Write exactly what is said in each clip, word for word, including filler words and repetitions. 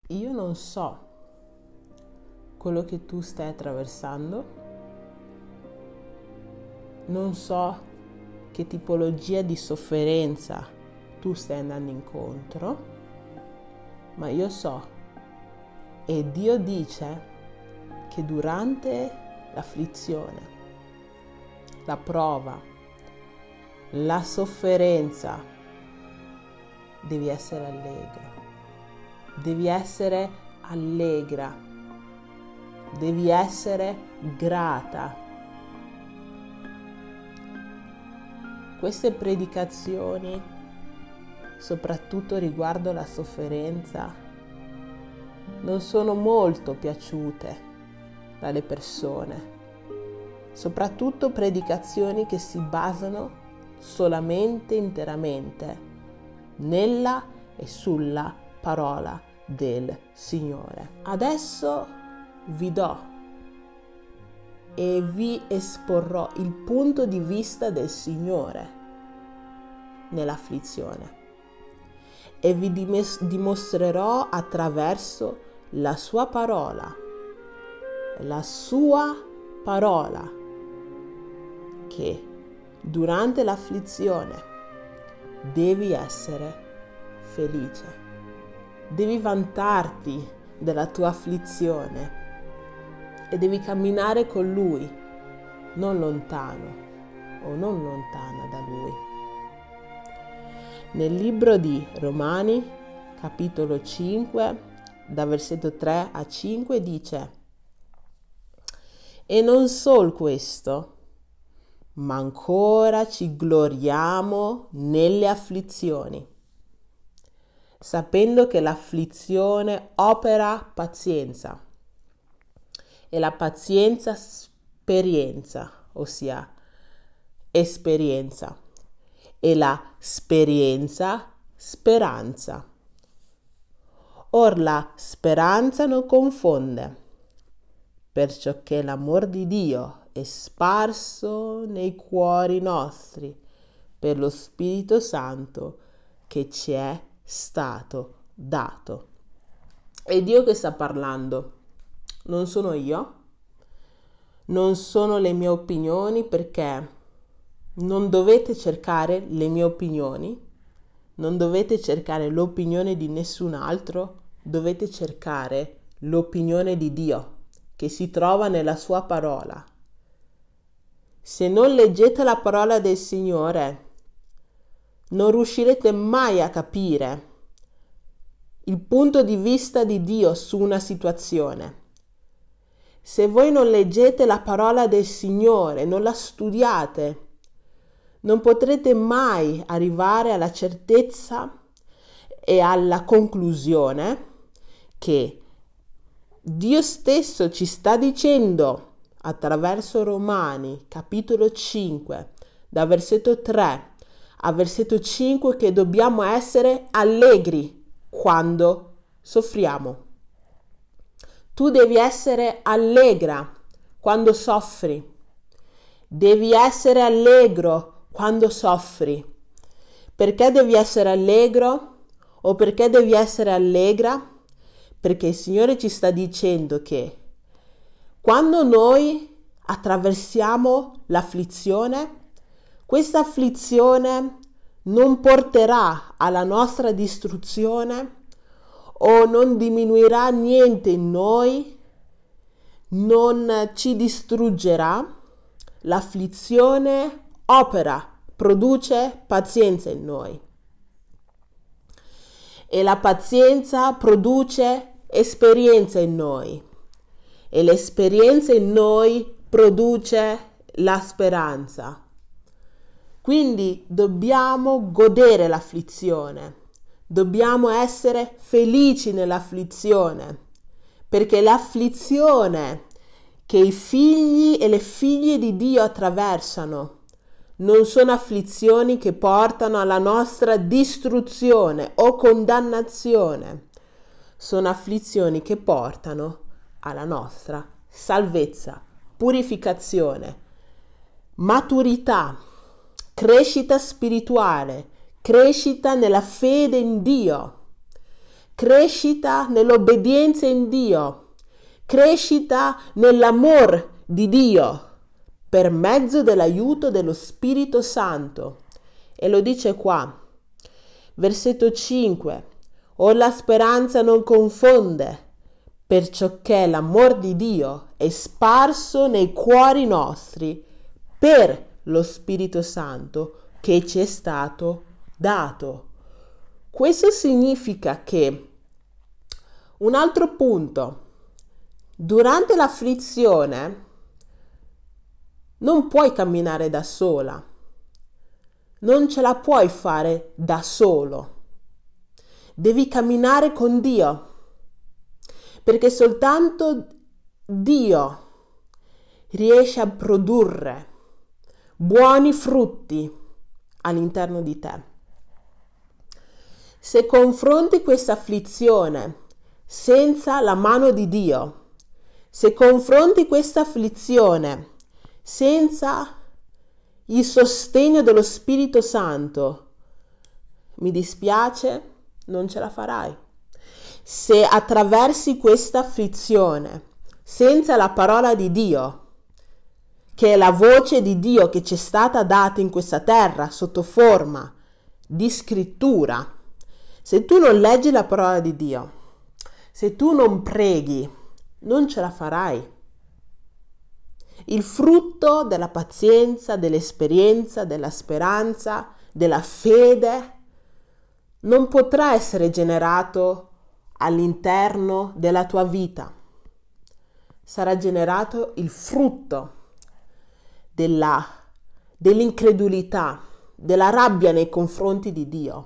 io non so quello che tu stai attraversando, non so che tipologia di sofferenza tu stai andando incontro, ma io so, e Dio dice che durante l'afflizione, la prova, la sofferenza, devi essere allegro, devi essere allegra, devi essere grata. Queste predicazioni, soprattutto riguardo la sofferenza, non sono molto piaciute dalle persone, soprattutto predicazioni che si basano solamente interamente nella e sulla parola del Signore. Adesso vi do e vi esporrò il punto di vista del Signore nell'afflizione e vi dimostrerò attraverso la sua parola, la sua parola, che durante l'afflizione devi essere felice, devi vantarti della tua afflizione e devi camminare con Lui, non lontano o non lontana da Lui. Nel libro di Romani, capitolo cinque, da versetto tre a cinque, dice: e non solo questo, ma ancora ci gloriamo nelle afflizioni, sapendo che l'afflizione opera pazienza e la pazienza esperienza, ossia esperienza, e la esperienza speranza. Or la speranza non confonde, perciò che l'amor di Dio è sparso nei cuori nostri per lo Spirito Santo che ci è stato dato. È Dio che sta parlando, non sono io, non sono le mie opinioni, perché non dovete cercare le mie opinioni, non dovete cercare l'opinione di nessun altro, dovete cercare l'opinione di Dio che si trova nella sua parola. Se non leggete la parola del Signore, non riuscirete mai a capire il punto di vista di Dio su una situazione. Se voi non leggete la parola del Signore, non la studiate, non potrete mai arrivare alla certezza e alla conclusione che Dio stesso ci sta dicendo attraverso Romani, capitolo cinque, da versetto tre a versetto cinque, che dobbiamo essere allegri quando soffriamo. Tu devi essere allegra quando soffri. Devi essere allegro quando soffri. Perché devi essere allegro o perché devi essere allegra? Perché il Signore ci sta dicendo che quando noi attraversiamo l'afflizione, questa afflizione non porterà alla nostra distruzione o non diminuirà niente in noi, non ci distruggerà. L'afflizione opera, produce pazienza in noi. E la pazienza produce esperienza in noi. E l'esperienza in noi produce la speranza. Quindi dobbiamo godere l'afflizione. Dobbiamo essere felici nell'afflizione. Perché l'afflizione che i figli e le figlie di Dio attraversano non sono afflizioni che portano alla nostra distruzione o condannazione, sono afflizioni che portano alla nostra salvezza, purificazione, maturità, crescita spirituale, crescita nella fede in Dio, crescita nell'obbedienza in Dio, crescita nell'amor di Dio per mezzo dell'aiuto dello Spirito Santo. E lo dice qua, versetto cinque, or la speranza non confonde, perciò che l'amor di Dio è sparso nei cuori nostri per lo Spirito Santo che ci è stato dato. Questo significa che, un altro punto, durante l'afflizione non puoi camminare da sola, non ce la puoi fare da solo, devi camminare con Dio, perché soltanto Dio riesce a produrre buoni frutti all'interno di te. Se confronti questa afflizione senza la mano di Dio, se confronti questa afflizione senza il sostegno dello Spirito Santo, mi dispiace, non ce la farai. Se attraversi questa afflizione senza la parola di Dio, che è la voce di Dio che ci è stata data in questa terra sotto forma di scrittura, se tu non leggi la parola di Dio, se tu non preghi, non ce la farai. Il frutto della pazienza, dell'esperienza, della speranza, della fede non potrà essere generato all'interno della tua vita. Sarà generato il frutto della, dell'incredulità, della rabbia nei confronti di Dio.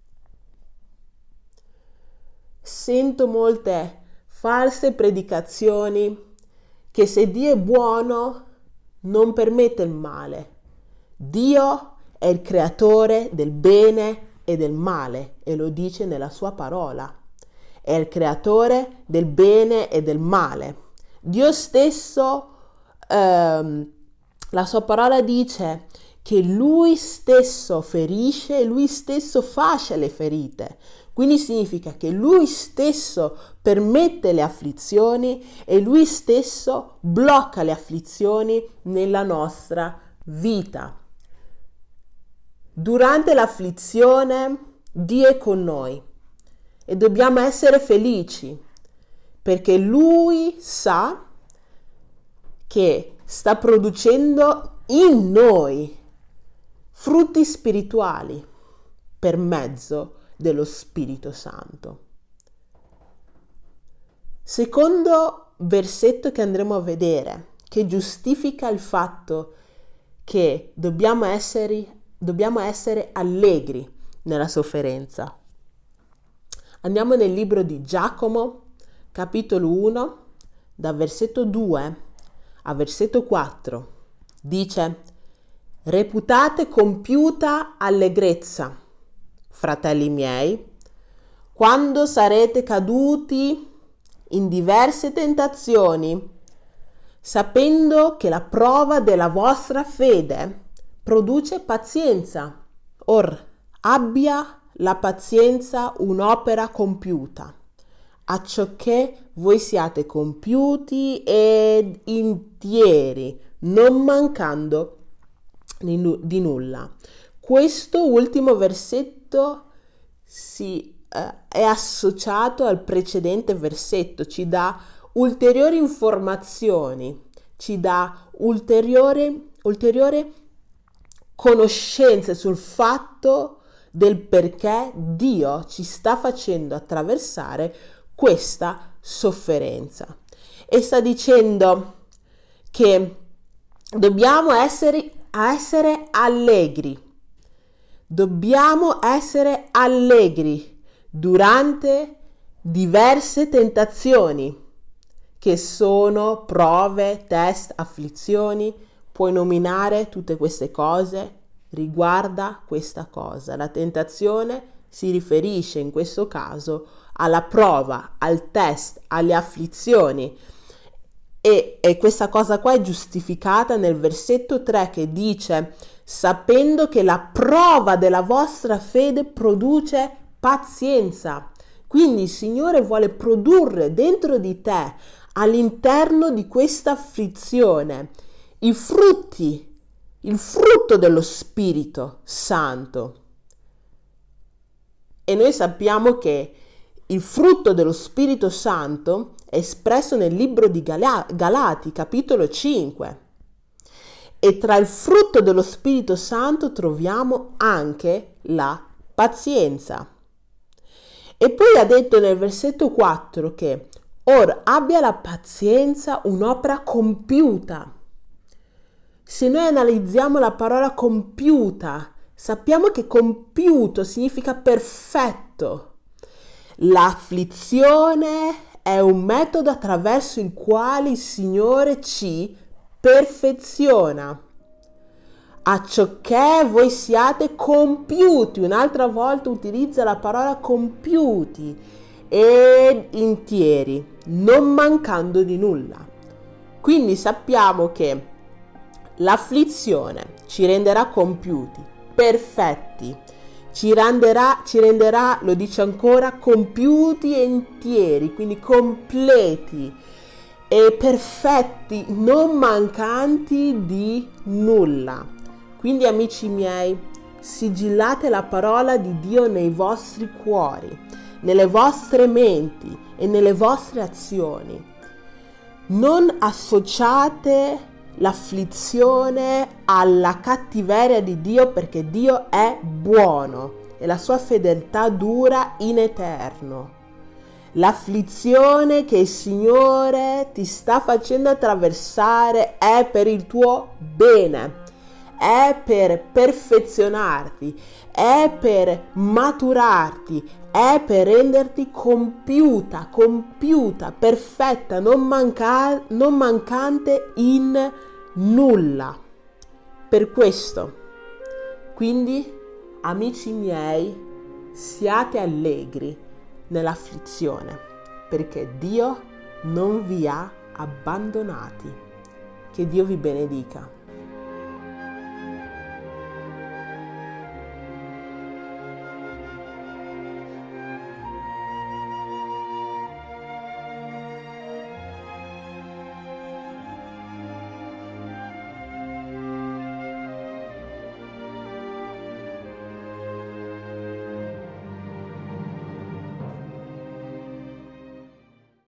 Sento molte false predicazioni che se Dio è buono non permette il male. Dio è il creatore del bene e del male e lo dice nella sua parola. È il creatore del bene e del male. Dio stesso, ehm, la sua parola dice che Lui stesso ferisce e Lui stesso fascia le ferite. Quindi significa che Lui stesso permette le afflizioni e Lui stesso blocca le afflizioni nella nostra vita. Durante l'afflizione Dio è con noi e dobbiamo essere felici perché Lui sa che sta producendo in noi frutti spirituali per mezzo dello Spirito Santo. Secondo versetto che andremo a vedere, che giustifica il fatto che dobbiamo essere, dobbiamo essere allegri nella sofferenza. Andiamo nel libro di Giacomo, capitolo uno, da versetto due a versetto quattro. Dice: reputate compiuta allegrezza, fratelli miei, quando sarete caduti in diverse tentazioni, sapendo che la prova della vostra fede produce pazienza. Or abbia la pazienza un'opera compiuta, acciocché voi siate compiuti ed intieri, non mancando di nulla. Questo ultimo versetto si, eh, è associato al precedente versetto, ci dà ulteriori informazioni, ci dà ulteriore, ulteriore conoscenze sul fatto del perché Dio ci sta facendo attraversare questa sofferenza. E sta dicendo che dobbiamo essere, essere allegri. Dobbiamo essere allegri durante diverse tentazioni, che sono prove, test, afflizioni. Puoi nominare tutte queste cose. Riguarda questa cosa. La tentazione si riferisce in questo caso alla prova, al test, alle afflizioni. E, e questa cosa qua è giustificata nel versetto tre che dice: sapendo che la prova della vostra fede produce pazienza. Quindi il Signore vuole produrre dentro di te, all'interno di questa afflizione, i frutti, il frutto dello Spirito Santo. E noi sappiamo che il frutto dello Spirito Santo è espresso nel libro di Gala- Galati, capitolo cinque. E tra il frutto dello Spirito Santo troviamo anche la pazienza. E poi ha detto nel versetto quattro che or abbia la pazienza un'opera compiuta. Se noi analizziamo la parola compiuta, sappiamo che compiuto significa perfetto. L'afflizione è un metodo attraverso il quale il Signore ci perfeziona, acciocché voi siate compiuti. Un'altra volta utilizza la parola compiuti ed intieri, non mancando di nulla. Quindi sappiamo che l'afflizione ci renderà compiuti, perfetti, ci renderà, ci renderà, lo dice ancora, compiuti e intieri, quindi completi e perfetti, non mancanti di nulla. Quindi, amici miei, sigillate la parola di Dio nei vostri cuori, nelle vostre menti e nelle vostre azioni. Non associate l'afflizione alla cattiveria di Dio, perché Dio è buono e la sua fedeltà dura in eterno. L'afflizione che il Signore ti sta facendo attraversare è per il tuo bene, è per perfezionarti, è per maturarti, è per renderti compiuta, compiuta, perfetta, non, manca- non mancante in nulla. Per questo, quindi, amici miei, siate allegri nell'afflizione, perché Dio non vi ha abbandonati. Che Dio vi benedica.